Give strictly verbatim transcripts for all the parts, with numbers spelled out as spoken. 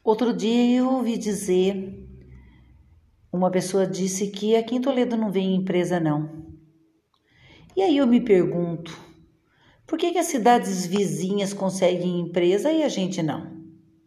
Outro dia eu ouvi dizer, uma pessoa disse que aqui em Toledo não vem empresa não. E aí eu me pergunto, por que que as cidades vizinhas conseguem empresa e a gente não?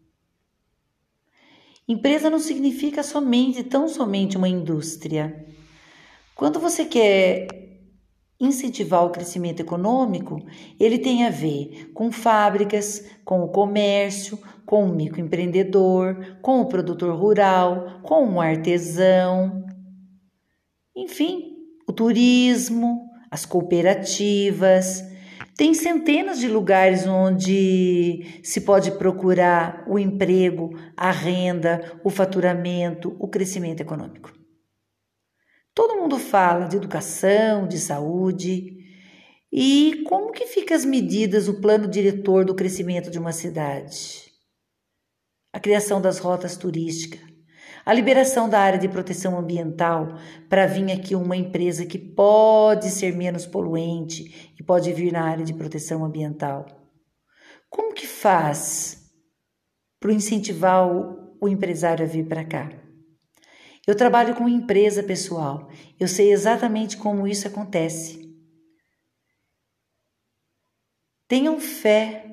Empresa não significa somente, tão somente uma indústria. Quando você quer incentivar o crescimento econômico, ele tem a ver com fábricas, com o comércio, com o microempreendedor, com o produtor rural, com o artesão, enfim, o turismo, as cooperativas. Tem centenas de lugares onde se pode procurar o emprego, a renda, o faturamento, o crescimento econômico. Todo mundo fala de educação, de saúde. E como que ficam as medidas, o plano diretor do crescimento de uma cidade? A criação das rotas turísticas, a liberação da área de proteção ambiental para vir aqui uma empresa que pode ser menos poluente e pode vir na área de proteção ambiental. Como que faz para incentivar o, o empresário a vir para cá? Eu trabalho com empresa pessoal, eu sei exatamente como isso acontece. Tenham fé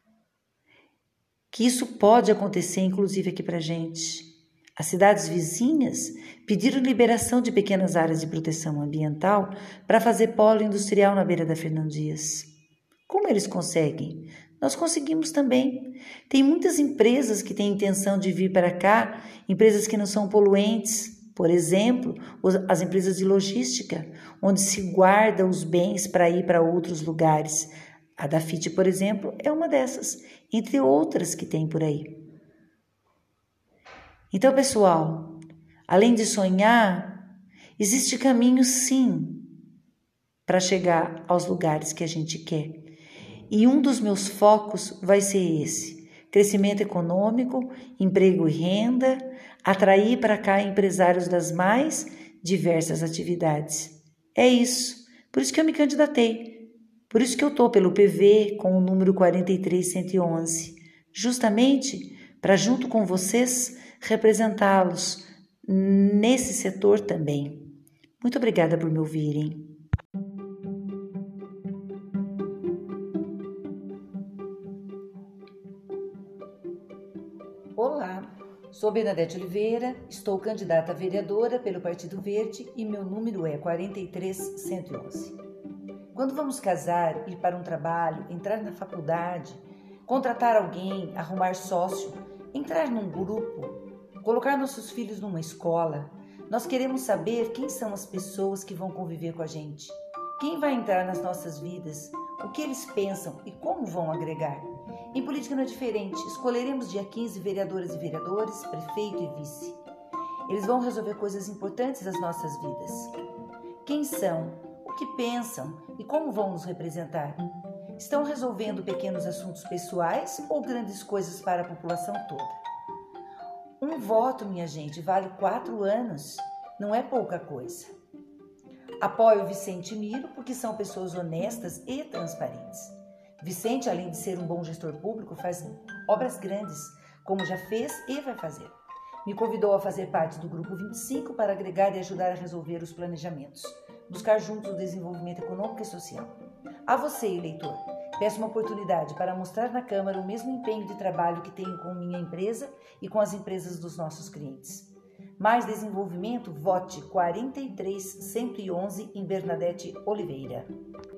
que isso pode acontecer, inclusive aqui para gente. As cidades vizinhas pediram liberação de pequenas áreas de proteção ambiental para fazer polo industrial na beira da Fernão Dias. Como eles conseguem? Nós conseguimos também. Tem muitas empresas que têm intenção de vir para cá, empresas que não são poluentes, por exemplo, as empresas de logística, onde se guarda os bens para ir para outros lugares. A Dafit, por exemplo, é uma dessas, entre outras que tem por aí. Então, pessoal, além de sonhar, existe caminho sim para chegar aos lugares que a gente quer. E um dos meus focos vai ser esse: crescimento econômico, emprego e renda, atrair para cá empresários das mais diversas atividades. É isso. Por isso que eu me candidatei. Por isso que eu estou pelo P V com o número quatro três um um um, justamente para, junto com vocês, representá-los nesse setor também. Muito obrigada por me ouvirem. Olá, sou Bernadette Oliveira, estou candidata a vereadora pelo Partido Verde e meu número é quatro três um um um. Quando vamos casar, ir para um trabalho, entrar na faculdade, contratar alguém, arrumar sócio, entrar num grupo, colocar nossos filhos numa escola, nós queremos saber quem são as pessoas que vão conviver com a gente, quem vai entrar nas nossas vidas, o que eles pensam e como vão agregar. Em política não é diferente, escolheremos dia quinze vereadoras e vereadores, prefeito e vice. Eles vão resolver coisas importantes das nossas vidas. Quem são? O que pensam e como vão nos representar? Estão resolvendo pequenos assuntos pessoais ou grandes coisas para a população toda? Um voto, minha gente, vale quatro anos, não é pouca coisa. Apoio Vicente e Miro porque são pessoas honestas e transparentes. Vicente, além de ser um bom gestor público, faz obras grandes, como já fez e vai fazer. Me convidou a fazer parte do Grupo vinte e cinco para agregar e ajudar a resolver os planejamentos, buscar juntos o desenvolvimento econômico e social. A você, eleitor, peço uma oportunidade para mostrar na Câmara o mesmo empenho de trabalho que tenho com minha empresa e com as empresas dos nossos clientes. Mais desenvolvimento? Vote quatro três um um um em Bernadette Oliveira.